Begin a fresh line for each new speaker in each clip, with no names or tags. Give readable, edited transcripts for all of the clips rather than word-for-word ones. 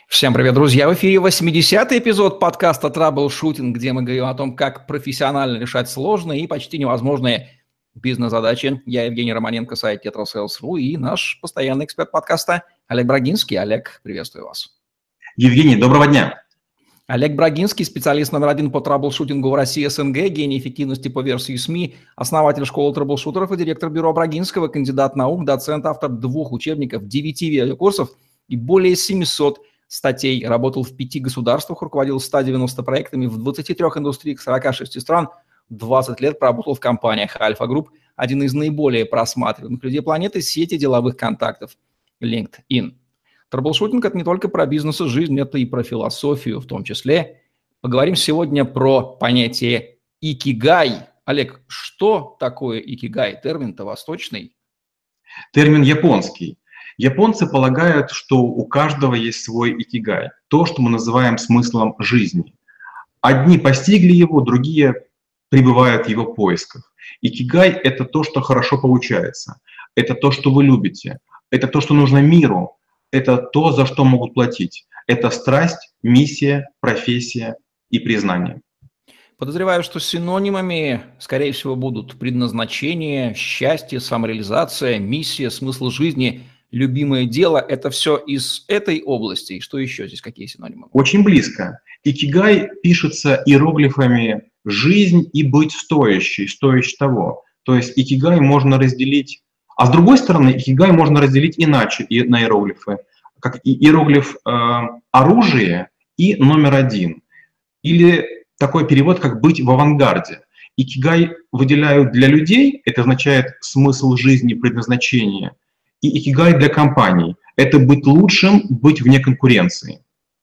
Всем привет, друзья! В эфире 80-й эпизод подкаста «Траблшутинг», где мы говорим о том, как профессионально решать сложные и почти невозможные бизнес-задачи. Я Евгений Романенко, сайт Tetrasales.ru, и наш постоянный эксперт подкаста Олег Брагинский. Олег, приветствую вас.
Евгений, доброго дня.
Олег Брагинский, специалист номер один по траблшутингу в России СНГ, гений эффективности по версии СМИ, основатель школы траблшутеров и директор бюро Брагинского, кандидат наук, доцент, автор 2 учебников, 9 видеокурсов и более 700 статей, работал в 5 государствах, руководил 190 проектами в 23 индустриях 46 стран, 20 лет проработал в компаниях Альфа Групп, один из наиболее просматриваемых людей планеты, сети деловых контактов LinkedIn. Траблшутинг – это не только про бизнес и жизнь, это и про философию в том числе. Поговорим сегодня про понятие икигай. Олег, что такое икигай? Термин-то восточный.
Термин японский. Японцы полагают, что у каждого есть свой икигай, то, что мы называем смыслом жизни. Одни постигли его, другие пребывают в его поисках. Икигай — это то, что хорошо получается, это то, что вы любите, это то, что нужно миру, это то, за что могут платить. Это страсть, миссия, профессия и признание.
Подозреваю, что синонимами, скорее всего, будут предназначение, счастье, самореализация, миссия, смысл жизни, любимое дело. Это все из этой области. И что еще здесь? Какие синонимы?
Очень близко. Икигай пишется иероглифами «жизнь» и «быть стоящей», «стоящий того». То есть икигай можно разделить. А с другой стороны, икигай можно разделить иначе на иероглифы. Как иероглиф «оружие» и «номер один». Или такой перевод, как «быть в авангарде». Икигай выделяют для людей, это означает смысл жизни, предназначение. И икигай для компаний – это быть лучшим, быть вне конкуренции.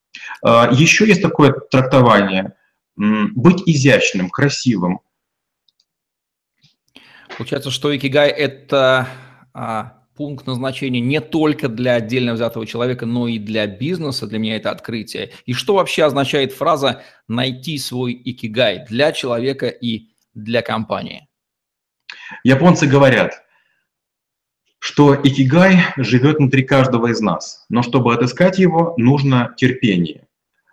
Еще есть такое трактование – быть изящным, красивым.
Получается, что икигай – это пункт назначения не только для отдельно взятого человека, но и для бизнеса. Для меня это открытие. И что вообще означает фраза «найти свой икигай» для человека и для компании?
Японцы говорят, что икигай живет внутри каждого из нас, но чтобы отыскать его, нужно терпение.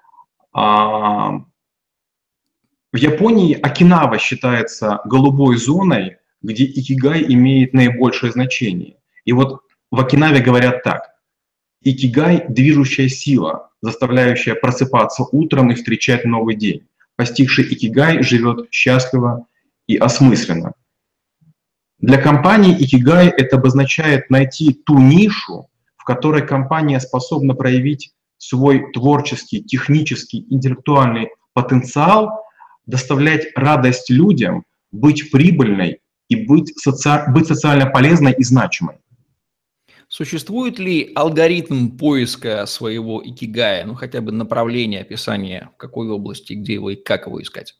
В Японии Окинава считается голубой зоной, где икигай имеет наибольшее значение. И вот в Окинаве говорят так: икигай — движущая сила, заставляющая просыпаться утром и встречать новый день. Постигший икигай живет счастливо и осмысленно. Для компании икигай это обозначает найти ту нишу, в которой компания способна проявить свой творческий, технический, интеллектуальный потенциал, доставлять радость людям, быть прибыльной и быть социально полезной и значимой.
Существует ли алгоритм поиска своего икигая, ну хотя бы направление, описание, в какой области, где его и как его искать?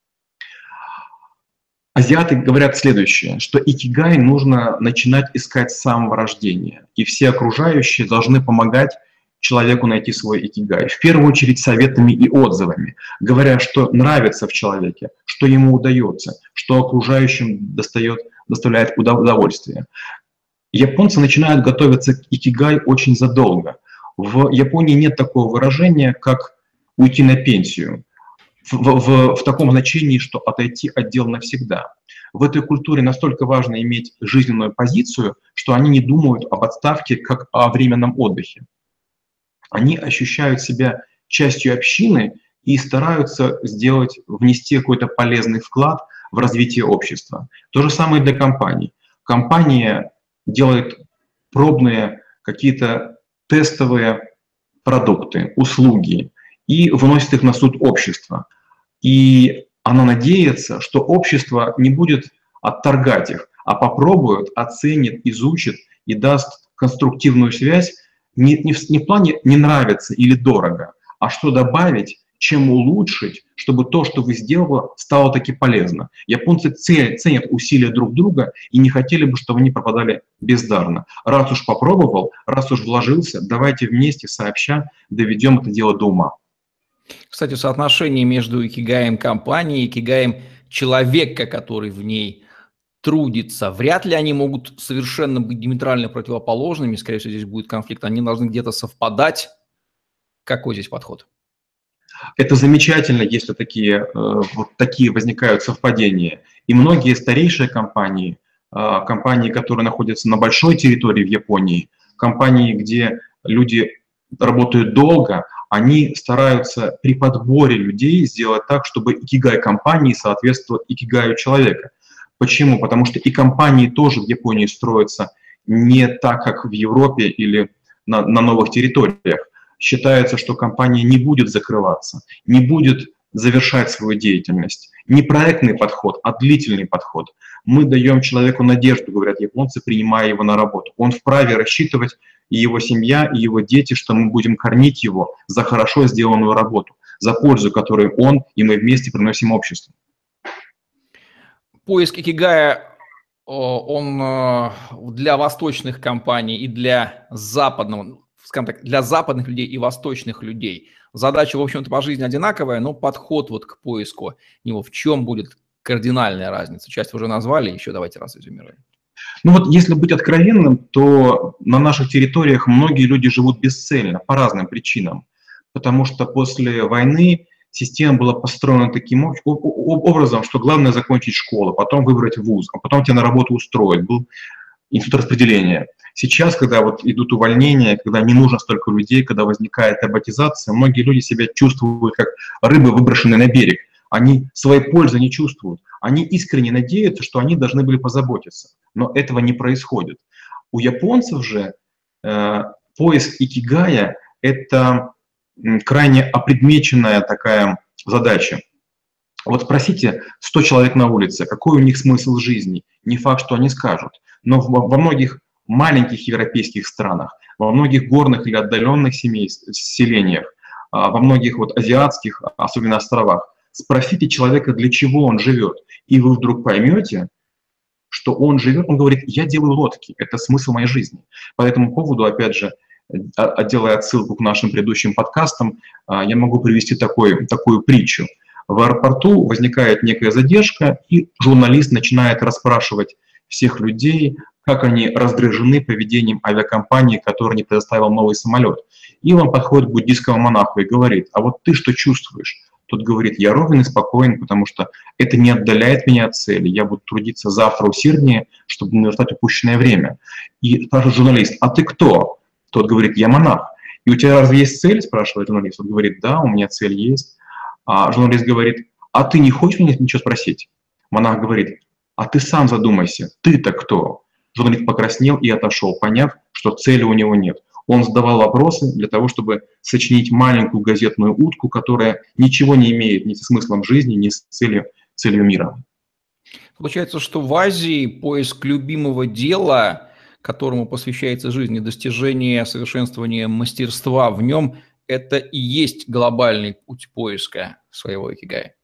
Азиаты говорят следующее, что икигай нужно начинать искать с самого рождения, и все окружающие должны помогать человеку найти свой икигай. В первую очередь советами и отзывами, говоря, что нравится в человеке, что ему удается, что окружающим доставляет удовольствие. Японцы начинают готовиться к икигай очень задолго. В Японии нет такого выражения, как уйти на пенсию. В таком значении, что отойти от дел навсегда. В этой культуре настолько важно иметь жизненную позицию, что они не думают об отставке как о временном отдыхе. Они ощущают себя частью общины и стараются внести какой-то полезный вклад в развитие общества. То же самое для компаний. Компания делает пробные какие-то тестовые продукты, услуги и выносит их на суд общества. И она надеется, что общество не будет отторгать их, а попробует, оценит, изучит и даст конструктивную связь не в плане «не нравится» или «дорого», а что добавить, чем улучшить, чтобы то, что вы сделали, стало таки полезно. Японцы ценят усилия друг друга и не хотели бы, чтобы они пропадали бездарно. Раз уж попробовал, раз уж вложился, давайте вместе сообща доведем это дело до ума.
Кстати, соотношение между икигаем компании и икигаем человека, который в ней трудится, вряд ли они могут совершенно быть диаметрально противоположными, скорее всего, здесь будет конфликт, они должны где-то совпадать. Какой здесь подход?
Это замечательно, если вот такие возникают совпадения. И многие старейшие компании, компании, которые находятся на большой территории в Японии, компании, где люди работают долго, они стараются при подборе людей сделать так, чтобы икигай компании соответствовал икигаю человека. Почему? Потому что и компании тоже в Японии строятся не так, как в Европе или на новых территориях. Считается, что компания не будет закрываться, не будет завершать свою деятельность. Не проектный подход, а длительный подход. Мы даем человеку надежду, говорят японцы, принимая его на работу. Он вправе рассчитывать, и его семья, и его дети, что мы будем кормить его за хорошо сделанную работу, за пользу, которую он и мы вместе приносим обществу.
Поиск икигая, он для восточных компаний и для западного, скажем так, для западных людей и восточных людей. Задача, в общем-то, по жизни одинаковая, но подход вот к поиску него, в чем будет кардинальная разница? Часть вы уже назвали, еще давайте раз резюмируем.
Ну вот если быть откровенным, то на наших территориях многие люди живут бесцельно, по разным причинам. Потому что после войны система была построена таким образом, что главное закончить школу, потом выбрать вуз, а потом тебя на работу устроить. Был институт распределения. Сейчас, когда вот идут увольнения, когда не нужно столько людей, когда возникает роботизация, многие люди себя чувствуют как рыбы, выброшенные на берег. Они своей пользы не чувствуют. Они искренне надеются, что они должны были позаботиться. Но этого не происходит. У японцев же поиск икигая – это крайне опредмеченная такая задача. Вот спросите 100 человек на улице, какой у них смысл жизни. Не факт, что они скажут. Но во многих маленьких европейских странах, во многих горных или отдаленных селениях, во многих вот азиатских, особенно островах, спросите человека, для чего он живет, и вы вдруг поймете, что он живет, он говорит, я делаю лодки, это смысл моей жизни. По этому поводу, опять же, делая отсылку к нашим предыдущим подкастам, я могу привести такую притчу. В аэропорту возникает некая задержка, и журналист начинает расспрашивать всех людей, как они раздражены поведением авиакомпании, которая не предоставила новый самолет. И он подходит к буддийскому монаху и говорит, а вот ты что чувствуешь? Тот говорит, я ровен и спокоен, потому что это не отдаляет меня от цели. Я буду трудиться завтра усерднее, чтобы не наверстать упущенное время. И спрашивает журналист, а ты кто? Тот говорит, я монах. И у тебя разве есть цель? Спрашивает журналист. Он говорит, да, у меня цель есть. А журналист говорит, а ты не хочешь меня ничего спросить? Монах говорит, а ты сам задумайся, ты-то кто? Журналист покраснел и отошел, поняв, что цели у него нет. Он задавал вопросы для того, чтобы сочинить маленькую газетную утку, которая ничего не имеет ни со смыслом жизни, ни с целью мира.
Получается, что в Азии поиск любимого дела, которому посвящается жизнь, и достижение совершенствования мастерства в нем, это и есть глобальный путь поиска своего икигая.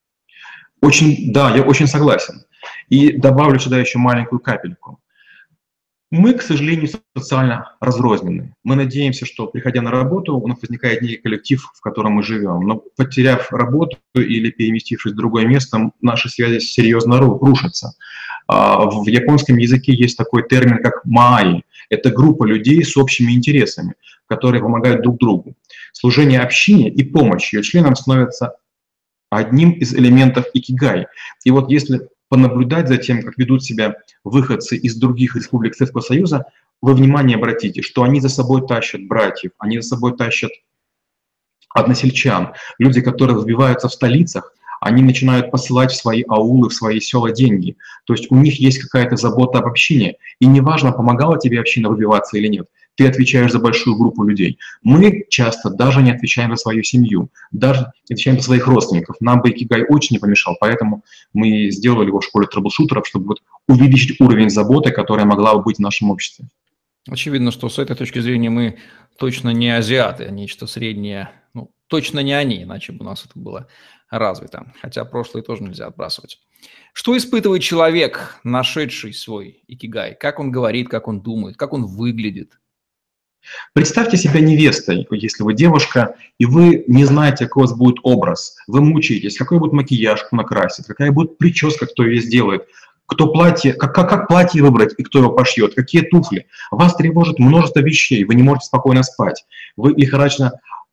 Да, я очень согласен. И добавлю сюда еще маленькую капельку. Мы, к сожалению, социально разрознены. Мы надеемся, что, приходя на работу, у нас возникает некий коллектив, в котором мы живем. Но потеряв работу или переместившись в другое место, наши связи серьезно рушатся. В японском языке есть такой термин, как маи. Это группа людей с общими интересами, которые помогают друг другу. Служение общине и помощь ее членам становится одним из элементов икигай. И вот если понаблюдать за тем, как ведут себя выходцы из других республик Советского Союза, вы внимание обратите, что они за собой тащат братьев, они за собой тащат односельчан. Люди, которые вбиваются в столицах, они начинают посылать в свои аулы, в свои села деньги. То есть у них есть какая-то забота об общине. И неважно, помогала тебе община выбиваться или нет, ты отвечаешь за большую группу людей. Мы часто даже не отвечаем за свою семью, даже не отвечаем за своих родственников. Нам бы икигай очень не помешал, поэтому мы сделали его в школе трэблшутеров, чтобы вот увеличить уровень заботы, которая могла бы быть в нашем обществе.
Очевидно, что с этой точки зрения мы точно не азиаты, а нечто среднее. Ну, точно не они, иначе бы у нас это было развито. Хотя прошлое тоже нельзя отбрасывать. Что испытывает человек, нашедший свой икигай? Как он говорит, как он думает, как он выглядит?
Представьте себя невестой, если вы девушка, и вы не знаете, какой у вас будет образ. Вы мучаетесь, какой будет макияж, кто накрасит, какая будет прическа, кто ее сделает, кто платье, как платье выбрать и кто его пошьет, какие туфли. Вас тревожит множество вещей, вы не можете спокойно спать. Вы лихорадочно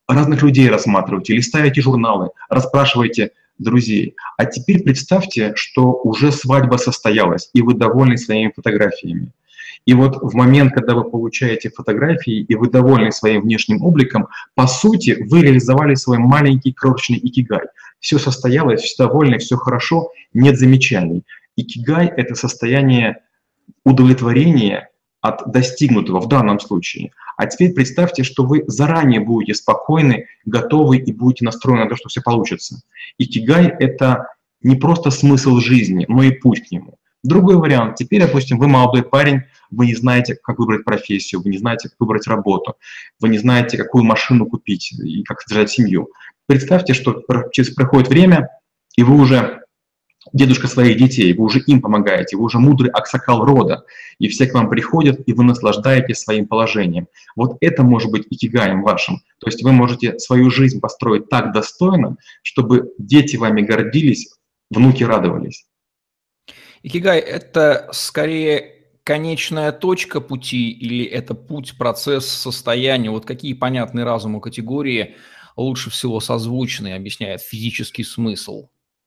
разных людей рассматриваете, листаете журналы, расспрашиваете друзей. А теперь представьте, что уже свадьба состоялась, и вы довольны своими фотографиями. И вот в момент, когда вы получаете фотографии, и вы довольны своим внешним обликом, по сути, вы реализовали свой маленький крошечный икигай. Все состоялось, все довольны, все хорошо, нет замечаний. Икигай – это состояние удовлетворения от достигнутого в данном случае. А теперь представьте, что вы заранее будете спокойны, готовы и будете настроены на то, что все получится. Икигай – это не просто смысл жизни, но и путь к нему. Другой вариант. Теперь, допустим, вы молодой парень, вы не знаете, как выбрать профессию, вы не знаете, как выбрать работу, вы не знаете, какую машину купить и как содержать семью. Представьте, что проходит время, и вы уже дедушка своих детей, вы уже им помогаете, вы уже мудрый аксакал рода, и все к вам приходят, и вы наслаждаетесь своим положением. Вот это может быть икигаем вашим. То есть вы можете свою жизнь построить так достойно, чтобы дети вами гордились, внуки радовались.
Икигай – это скорее конечная точка пути или это путь, процесс, состояние? Вот какие понятные разуму категории лучше всего созвучны, объясняет физический смысл?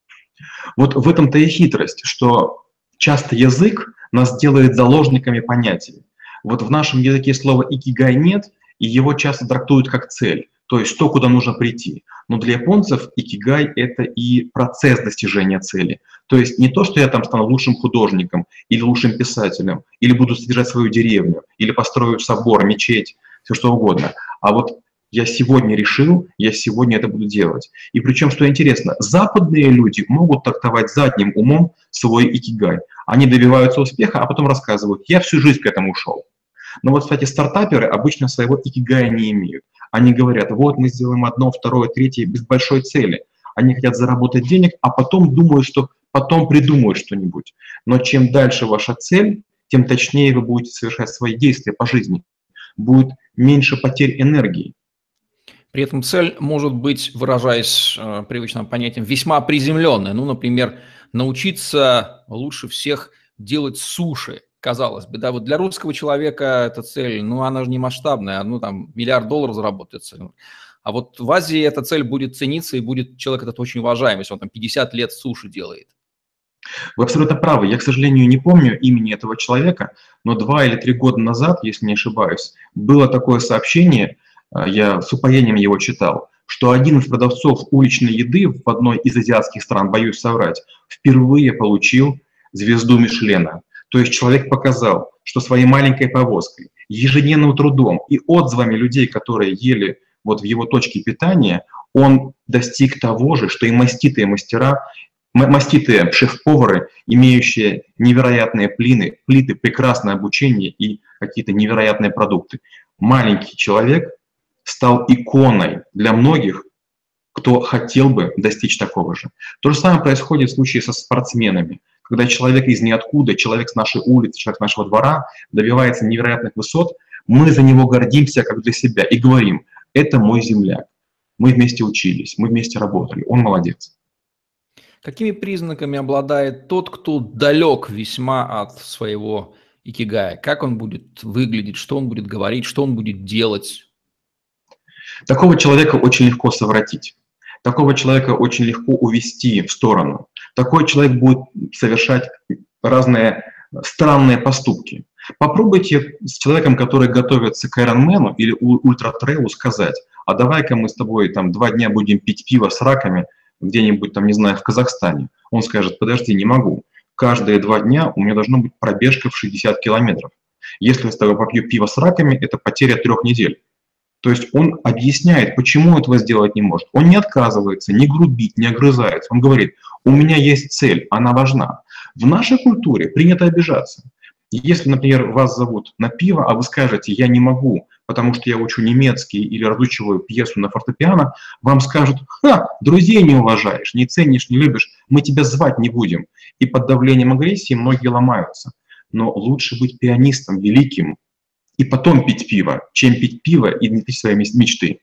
Вот в этом-то и хитрость, что часто язык нас делает заложниками понятий. Вот в нашем языке слова «икигай» нет, и его часто трактуют как цель, то есть то, куда нужно прийти. Но для японцев икигай – это и процесс достижения цели. То есть не то, что я там стану лучшим художником или лучшим писателем, или буду содержать свою деревню, или построю собор, мечеть, все что угодно. А вот я сегодня решил, я сегодня это буду делать. И причем, что интересно, западные люди могут трактовать задним умом свой икигай. Они добиваются успеха, а потом рассказывают, я всю жизнь к этому шел. Но вот, кстати, стартаперы обычно своего икигая не имеют. Они говорят, вот мы сделаем одно, второе, третье, без большой цели. Они хотят заработать денег, а потом думают, что потом придумают что-нибудь. Но чем дальше ваша цель, тем точнее вы будете совершать свои действия по жизни. Будет меньше потерь энергии.
При этом цель может быть, выражаясь привычным понятием, весьма приземленная. Ну, например, научиться лучше всех делать суши. Казалось бы, да, вот для русского человека эта цель, ну, она же не масштабная, ну, там, $1 миллиард заработается. А вот в Азии эта цель будет цениться, и будет человек этот очень уважаем, если он там 50 лет суши делает.
Вы абсолютно правы. Я, к сожалению, не помню имени этого человека, но 2 или 3 года назад, если не ошибаюсь, было такое сообщение, я с упоением его читал, что один из продавцов уличной еды в одной из азиатских стран, боюсь соврать, впервые получил звезду Мишлена. То есть человек показал, что своей маленькой повозкой, ежедневным трудом и отзывами людей, которые ели вот в его точке питания, он достиг того же, что и маститые мастера, маститые шеф-повары, имеющие невероятные плиты, прекрасное обучение и какие-то невероятные продукты. Маленький человек стал иконой для многих, кто хотел бы достичь такого же. То же самое происходит в случае со спортсменами. Когда человек из ниоткуда, человек с нашей улицы, человек с нашего двора добивается невероятных высот, мы за него гордимся как для себя и говорим, это мой земляк. Мы вместе учились, мы вместе работали, он молодец.
Какими признаками обладает тот, кто далек весьма от своего икигая? Как он будет выглядеть, что он будет говорить, что он будет делать?
Такого человека очень легко совратить. Такого человека очень легко увести в сторону. Такой человек будет совершать разные странные поступки. Попробуйте с человеком, который готовится к Ironman или ультратрейлу, сказать, а давай-ка мы с тобой там 2 дня будем пить пиво с раками где-нибудь там, не знаю, в Казахстане. Он скажет, подожди, не могу. Каждые 2 дня у меня должна быть пробежка в 60 километров. Если я с тобой попью пиво с раками, это потеря 3 недель. То есть он объясняет, почему этого сделать не может. Он не отказывается, не грубит, не огрызается. Он говорит, у меня есть цель, она важна. В нашей культуре принято обижаться. Если, например, вас зовут на пиво, а вы скажете, я не могу, потому что я учу немецкий или разучиваю пьесу на фортепиано, вам скажут, ха, друзей не уважаешь, не ценишь, не любишь, мы тебя звать не будем. И под давлением агрессии многие ломаются. Но лучше быть пианистом великим, и потом пить пиво, чем пить пиво и не пить свои мечты.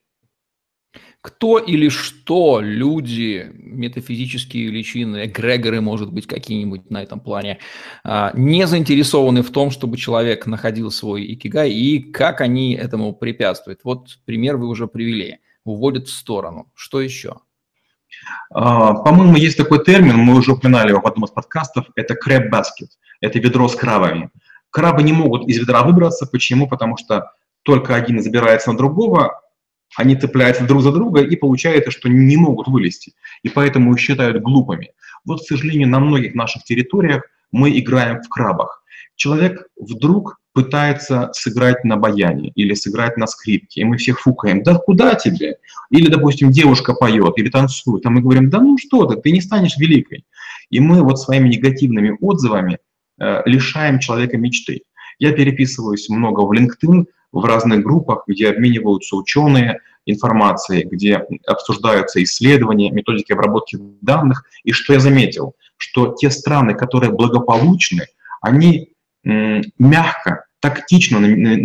Кто или что люди, метафизические величины, эгрегоры, может быть, какие-нибудь на этом плане, не заинтересованы в том, чтобы человек находил свой икигай, и как они этому препятствуют? Вот пример вы уже привели. уводит в сторону. Что еще?
По-моему, есть такой термин, мы уже упоминали его в одном из подкастов, это crab basket, это ведро с крабами. Крабы не могут из ведра выбраться. Почему? Потому что только один забирается на другого, они цепляются друг за друга, и получается, что не могут вылезти. И поэтому их считают глупыми. Вот, к сожалению, на многих наших территориях мы играем в крабах. Человек вдруг пытается сыграть на баяне или сыграть на скрипке, и мы всех фукаем: да куда тебе? Или, допустим, девушка поет или танцует, а мы говорим: да ну что ты не станешь великой. И мы вот своими негативными отзывами лишаем человека мечты. Я переписываюсь много в LinkedIn, в разных группах, где обмениваются ученые информацией, где обсуждаются исследования, методики обработки данных. И что я заметил? Что те страны, которые благополучны, они мягко, тактично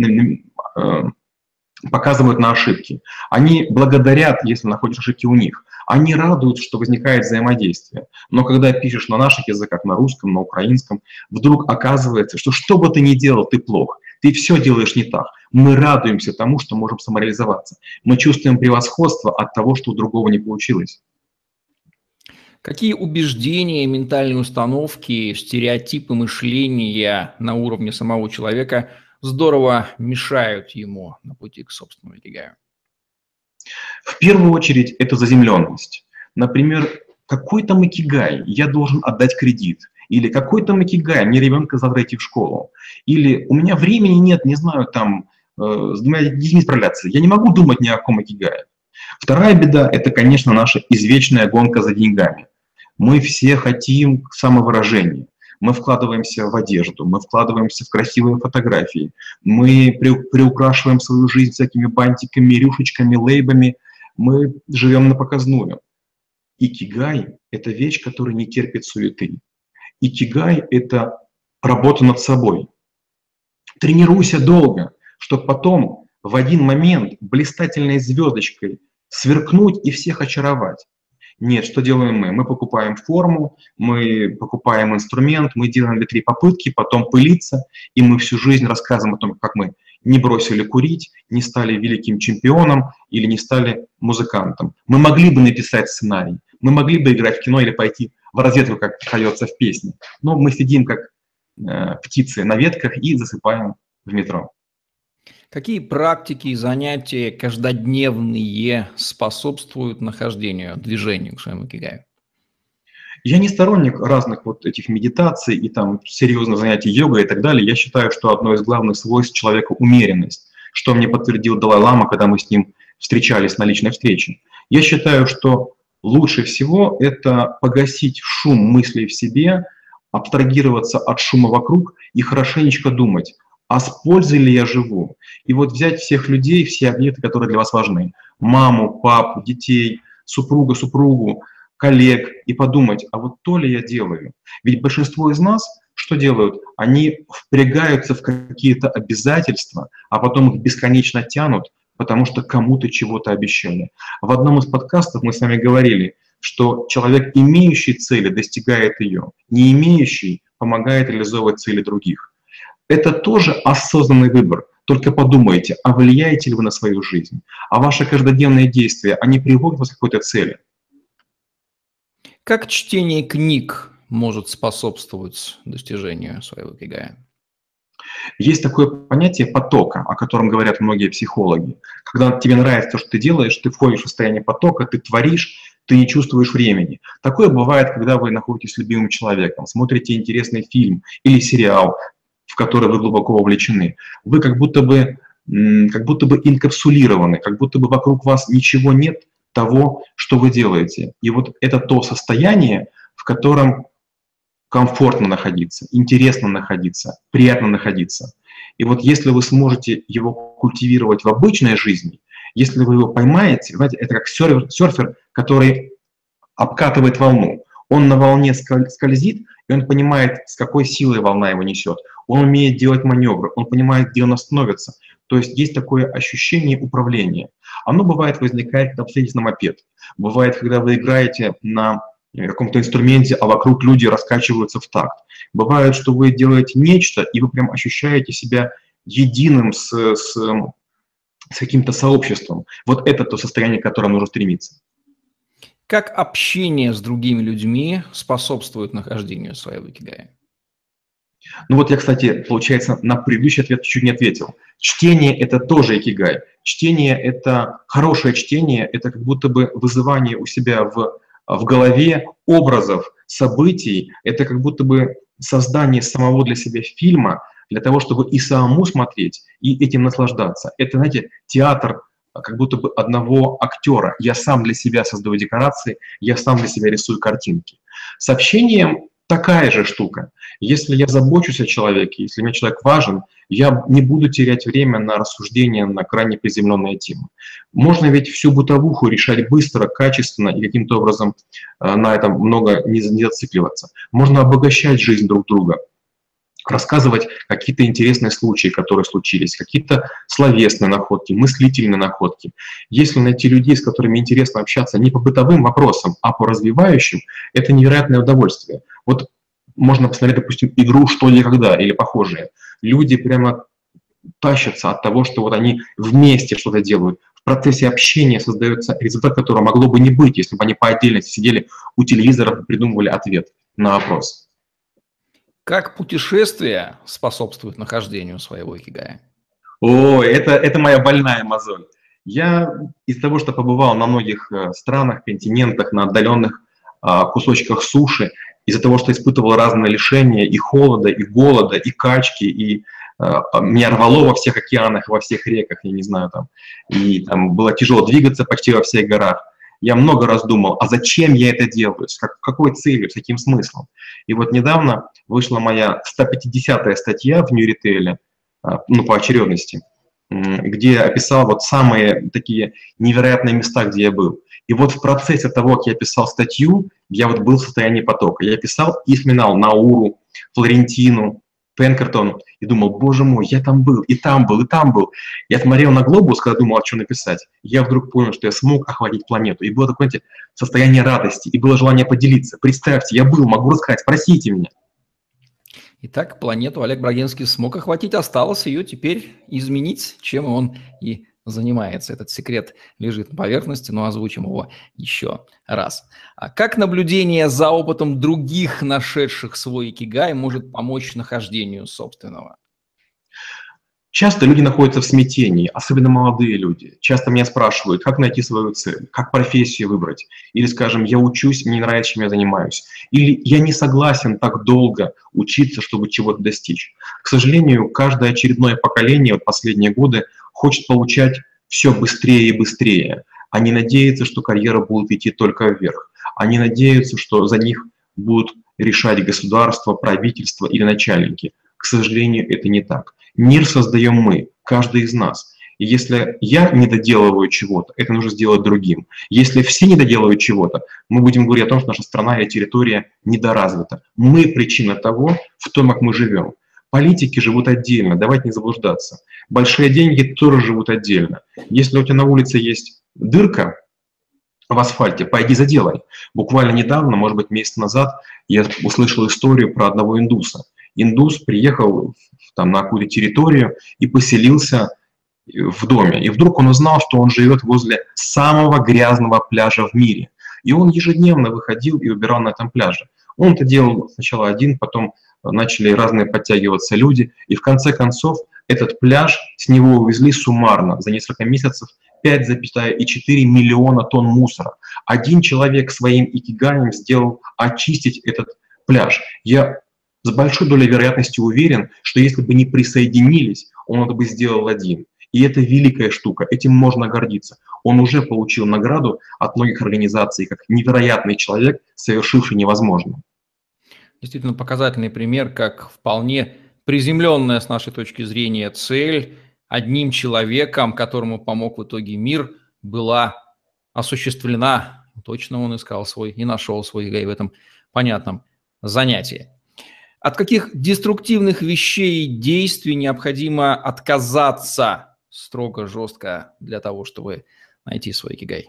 показывают на ошибки. Они благодарят, если находишь ошибки у них. Они радуются, что возникает взаимодействие. Но когда пишешь на наших языках, на русском, на украинском, вдруг оказывается, что бы ты ни делал, ты плох. Ты все делаешь не так. Мы радуемся тому, что можем самореализоваться. Мы чувствуем превосходство от того, что у другого не получилось.
Какие убеждения, ментальные установки, стереотипы мышления на уровне самого человека здорово мешают ему на пути к собственному икигаю?
В первую очередь это заземленность. Например, какой там икигай, я должен отдать кредит. Или какой там икигай, мне ребенка завтра идти в школу. Или у меня времени нет, не знаю, там, с двумя детьми справляться. Я не могу думать ни о каком икигае. Вторая беда – это, конечно, наша извечная гонка за деньгами. Мы все хотим самовыражения. Мы вкладываемся в одежду, мы вкладываемся в красивые фотографии, мы приукрашиваем свою жизнь всякими бантиками, рюшечками, лейбами, мы живем на показную. Икигай – это вещь, которая не терпит суеты. Икигай – это работа над собой. Тренируйся долго, чтобы потом в один момент блистательной звездочкой сверкнуть и всех очаровать. Нет, что делаем мы? Мы покупаем форму, мы покупаем инструмент, мы делаем 2-3 попытки, потом пылиться, и мы всю жизнь рассказываем о том, как мы не бросили курить, не стали великим чемпионом или не стали музыкантом. Мы могли бы написать сценарий, мы могли бы играть в кино или пойти в разведку, как поется в песне, но мы сидим как птицы на ветках и засыпаем в метро.
Какие практики и занятия каждодневные способствуют нахождению, движению к своему икигаю?
Я не сторонник разных вот этих медитаций и там серьезных занятий йогой и так далее. Я считаю, что одно из главных свойств человека – умеренность, что мне подтвердил Далай-лама, когда мы с ним встречались на личной встрече. Я считаю, что лучше всего это погасить шум мыслей в себе, абстрагироваться от шума вокруг и хорошенечко думать, а с пользой ли я живу? И вот взять всех людей, все объекты, которые для вас важны, маму, папу, детей, супруга, супругу, коллег, и подумать, а вот то ли я делаю? Ведь большинство из нас что делают? Они впрягаются в какие-то обязательства, а потом их бесконечно тянут, потому что кому-то чего-то обещали. В одном из подкастов мы с вами говорили, что человек, имеющий цели, достигает ее, не имеющий помогает реализовывать цели других. Это тоже осознанный выбор. Только подумайте, а влияете ли вы на свою жизнь? А ваши каждодневные действия, они приводят вас к какой-то цели?
Как чтение книг может способствовать достижению своего икигая?
Есть такое понятие потока, о котором говорят многие психологи. Когда тебе нравится то, что ты делаешь, ты входишь в состояние потока, ты творишь, ты не чувствуешь времени. Такое бывает, когда вы находитесь с любимым человеком, смотрите интересный фильм или сериал, в который вы глубоко вовлечены. Вы как будто бы инкапсулированы, как будто бы вокруг вас ничего нет того, что вы делаете. И вот это то состояние, в котором комфортно находиться, интересно находиться, приятно находиться. И вот если вы сможете его культивировать в обычной жизни, если вы его поймаете, знаете, это как серфер, который обкатывает волну. Он на волне скользит, и он понимает, с какой силой волна его несет. Он умеет делать маневры, он понимает, где он остановится. То есть есть такое ощущение управления. Оно бывает возникает, когда вы садитесь на мопед. Бывает, когда вы играете на каком-то инструменте, а вокруг люди раскачиваются в такт. Бывает, что вы делаете нечто, и вы прям ощущаете себя единым с с каким-то сообществом. Вот это то состояние, к которому нужно стремиться.
Как общение с другими людьми способствует нахождению своего икигая?
Ну вот я, кстати, получается, на предыдущий ответ чуть не ответил. Чтение – это тоже икигай. Чтение – это хорошее чтение, это как будто бы вызывание у себя в голове образов, событий, это как будто бы создание самого для себя фильма, для того, чтобы и самому смотреть, и этим наслаждаться. Это, знаете, театр как будто бы одного актера. Я сам для себя создаю декорации, я сам для себя рисую картинки. С общением такая же штука. Если я забочусь о человеке, если мне человек важен, я не буду терять время на рассуждения на крайне приземленные темы. Можно ведь всю бытовуху решать быстро, качественно и каким-то образом на этом много не зацикливаться. Можно обогащать жизнь друг друга, рассказывать какие-то интересные случаи, которые случились, какие-то словесные находки, мыслительные находки. Если найти людей, с которыми интересно общаться не по бытовым вопросам, а по развивающим, это невероятное удовольствие. Вот можно посмотреть, допустим, игру «Что, где, когда» или похожие. Люди прямо тащатся от того, что вот они вместе что-то делают. В процессе общения создается результат, которого могло бы не быть, если бы они по отдельности сидели у телевизора и придумывали ответ на вопрос.
Как путешествие способствует нахождению своего икигая?
О, это моя больная мозоль. Я из того, что побывал на многих странах, континентах, на отдаленных кусочках суши, из-за того, что испытывал разные лишения и холода, и голода, и качки, и меня рвало во всех океанах, во всех реках, я не знаю, там, и там было тяжело двигаться почти во всех горах. Я много раз думал, а зачем я это делаю, с какой целью, с каким смыслом. И вот недавно вышла моя 150-я статья в New Retail, ну, по очередности, где я описал вот самые такие невероятные места, где я был. И вот в процессе того, как я писал статью, я вот был в состоянии потока. Я писал и вспоминал Науру, Флорентину, Пенкертон, и думал, боже мой, я там был, и там был, и там был. Я смотрел на глобус, когда думал, о чем написать. Я вдруг понял, что я смог охватить планету. И было такое, знаете, состояние радости, и было желание поделиться. Представьте, я был, могу рассказать, спросите меня.
Итак, планету Олег Брагинский смог охватить, осталось ее теперь изменить, чем он и занимается. Этот секрет лежит на поверхности, но озвучим его еще раз. А как наблюдение за опытом других, нашедших свой икигай, может помочь нахождению собственного?
Часто люди находятся в смятении, особенно молодые люди. Часто меня спрашивают, как найти свою цель, как профессию выбрать. Или, скажем, я учусь, мне не нравится, чем я занимаюсь. Или я не согласен так долго учиться, чтобы чего-то достичь. К сожалению, каждое очередное поколение, вот последние годы, хочет получать все быстрее и быстрее. Они надеются, что карьера будет идти только вверх. Они надеются, что за них будут решать государство, правительство или начальники. К сожалению, это не так. Мир создаем мы, каждый из нас. И если я не доделываю чего-то, это нужно сделать другим. Если все не доделывают чего-то, мы будем говорить о том, что наша страна или территория недоразвита. Мы причина того, в том, как мы живем. Политики живут отдельно, давайте не заблуждаться. Большие деньги тоже живут отдельно. Если у тебя на улице есть дырка в асфальте, пойди заделай. Буквально недавно, может быть, месяц назад, я услышал историю про одного индуса. Индус приехал там на какую-то территорию и поселился в доме. И вдруг он узнал, что он живет возле самого грязного пляжа в мире. И он ежедневно выходил и убирал на этом пляже. Он это делал сначала один, потом начали разные подтягиваться люди. И в конце концов этот пляж с него увезли суммарно за несколько месяцев 5,4 миллиона тонн мусора. Один человек своим икигаем сделал очистить этот пляж. Я с большой долей вероятности уверен, что если бы не присоединились, он это бы сделал один. И это великая штука, этим можно гордиться. Он уже получил награду от многих организаций, как невероятный человек, совершивший невозможное.
Действительно показательный пример, как вполне приземленная с нашей точки зрения цель одним человеком, которому помог в итоге мир, была осуществлена. Точно он искал свой и нашел свой икигай в этом понятном занятии. От каких деструктивных вещей и действий необходимо отказаться строго, жестко для того, чтобы найти свой икигай?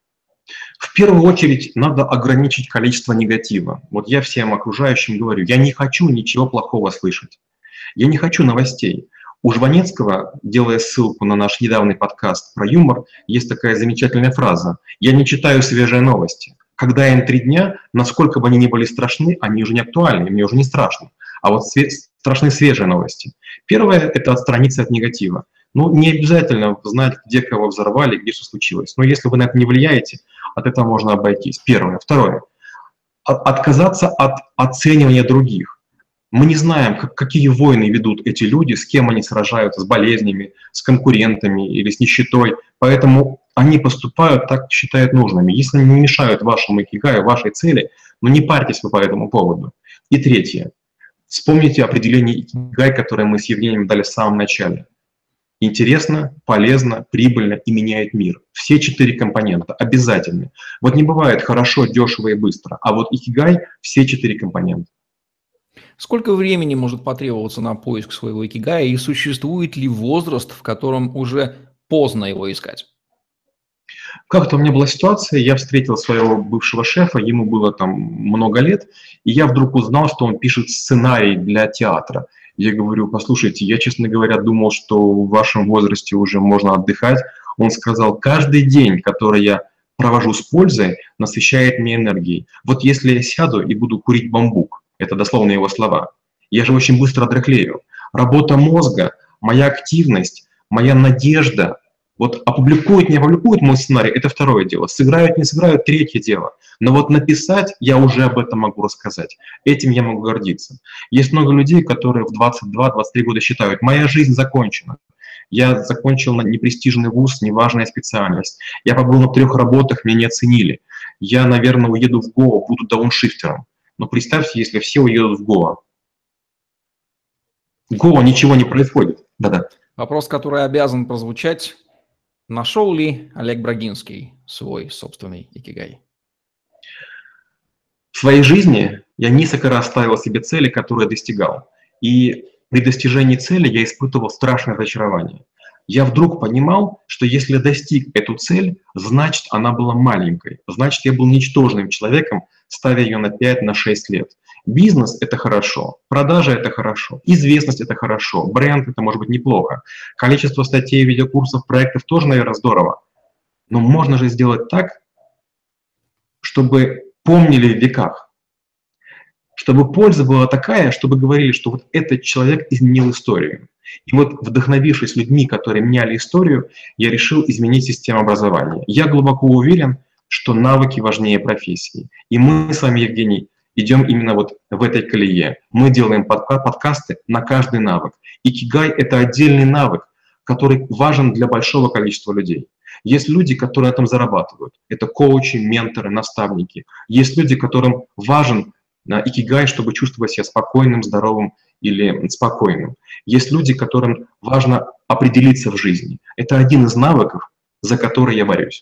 В первую очередь надо ограничить количество негатива. Вот я всем окружающим говорю, я не хочу ничего плохого слышать. Я не хочу новостей. У Жванецкого, делая ссылку на наш недавний подкаст про юмор, есть такая замечательная фраза: «Я не читаю свежие новости. Когда им 3 дня, насколько бы они ни были страшны, они уже не актуальны, мне уже не страшно. А вот страшны свежие новости». Первое – это отстраниться от негатива. Ну, не обязательно знать, где кого взорвали, где что случилось. Но если вы на это не влияете, от этого можно обойтись. Первое. Второе – отказаться от оценивания других. Мы не знаем, какие войны ведут эти люди, с кем они сражаются, с болезнями, с конкурентами или с нищетой. Поэтому они поступают так, как считают нужными. Если они не мешают вашему икигаю, вашей цели, ну не парьтесь вы по этому поводу. И третье. Вспомните определение икигай, которое мы с Евгением дали в самом начале. Интересно, полезно, прибыльно и меняет мир. Все 4 компонента обязательны. Вот не бывает хорошо, дешево и быстро, а вот икигай – все 4 компонента.
Сколько времени может потребоваться на поиск своего икигая и существует ли возраст, в котором уже поздно его искать?
Как-то у меня была ситуация, я встретил своего бывшего шефа, ему было там много лет, и я вдруг узнал, что он пишет сценарий для театра. Я говорю: послушайте, я, честно говоря, думал, что в вашем возрасте уже можно отдыхать. Он сказал: каждый день, который я провожу с пользой, насыщает меня энергией. Вот если я сяду и буду курить бамбук, это дословно его слова, я же очень быстро дряхлею. Работа мозга, моя активность, моя надежда. Вот опубликуют, не опубликуют мой сценарий, это второе дело. Сыграют, не сыграют, третье дело. Но вот написать я уже об этом могу рассказать. Этим я могу гордиться. Есть много людей, которые в 22-23 года считают: моя жизнь закончена. Я закончил непрестижный вуз, неважная специальность. Я побыл на 3 работах, меня не оценили. Я, наверное, уеду в Гоа, буду дауншифтером. Но представьте, если все уедут в Гоа. В Гоа ничего не происходит. Да-да.
Вопрос, который обязан прозвучать: нашел ли Олег Брагинский свой собственный икигай?
В своей жизни я несколько раз ставил себе цели, которые достигал. И при достижении цели я испытывал страшное разочарование. Я вдруг понимал, что если я достиг эту цель, значит, она была маленькой. Значит, я был ничтожным человеком, ставя ее на 5-6 лет. Бизнес – это хорошо, продажа – это хорошо, известность – это хорошо, бренд – это может быть неплохо, количество статей, видеокурсов, проектов тоже, наверное, здорово. Но можно же сделать так, чтобы помнили в веках, чтобы польза была такая, чтобы говорили, что вот этот человек изменил историю. И вот, вдохновившись людьми, которые меняли историю, я решил изменить систему образования. Я глубоко уверен, что навыки важнее профессии. И мы с вами, Евгений, идем именно вот в этой колее. Мы делаем подкасты на каждый навык. Икигай – это отдельный навык, который важен для большого количества людей. Есть люди, которые на этом зарабатывают. Это коучи, менторы, наставники. Есть люди, которым важен икигай, чтобы чувствовать себя спокойным, здоровым или спокойным. Есть люди, которым важно определиться в жизни. Это один из навыков, за который я борюсь.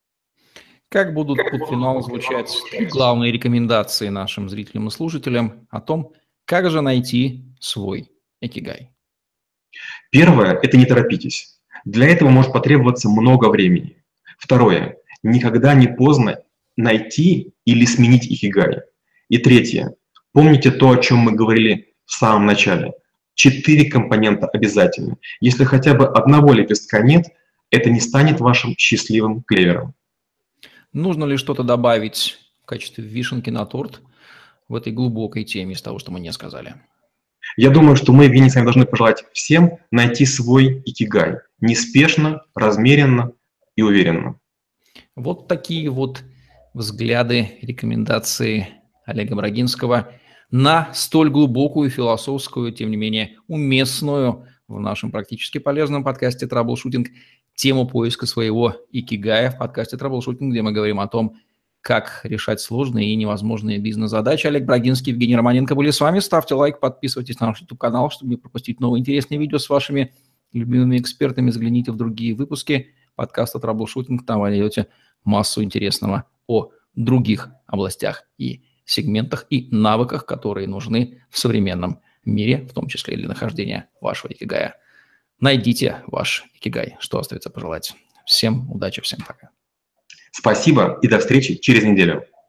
Как будут под финал звучать 3 главные рекомендации нашим зрителям и слушателям о том, как же найти свой икигай?
Первое – это не торопитесь. Для этого может потребоваться много времени. Второе – никогда не поздно найти или сменить икигай. И третье – помните то, о чем мы говорили в самом начале. 4 компонента обязательны. Если хотя бы одного лепестка нет, это не станет вашим счастливым клевером.
Нужно ли что-то добавить в качестве вишенки на торт в этой глубокой теме из того, что мы не сказали?
Я думаю, что мы, Евгений, с вами должны пожелать всем найти свой икигай. Неспешно, размеренно и уверенно.
Вот такие вот взгляды, рекомендации Олега Брагинского на столь глубокую философскую, тем не менее уместную в нашем практически полезном подкасте «Траблшутинг» тему поиска своего икигая в подкасте «Траблшутинг», где мы говорим о том, как решать сложные и невозможные бизнес-задачи. Олег Брагинский, Евгений Романенко были с вами. Ставьте лайк, подписывайтесь на наш YouTube-канал, чтобы не пропустить новые интересные видео с вашими любимыми экспертами. Загляните в другие выпуски подкаста «Траблшутинг». Там вы найдете массу интересного о других областях и сегментах и навыках, которые нужны в современном мире, в том числе и для нахождения вашего икигая. Найдите ваш икигай. Что остается пожелать? Всем удачи, всем пока.
Спасибо и до встречи через неделю.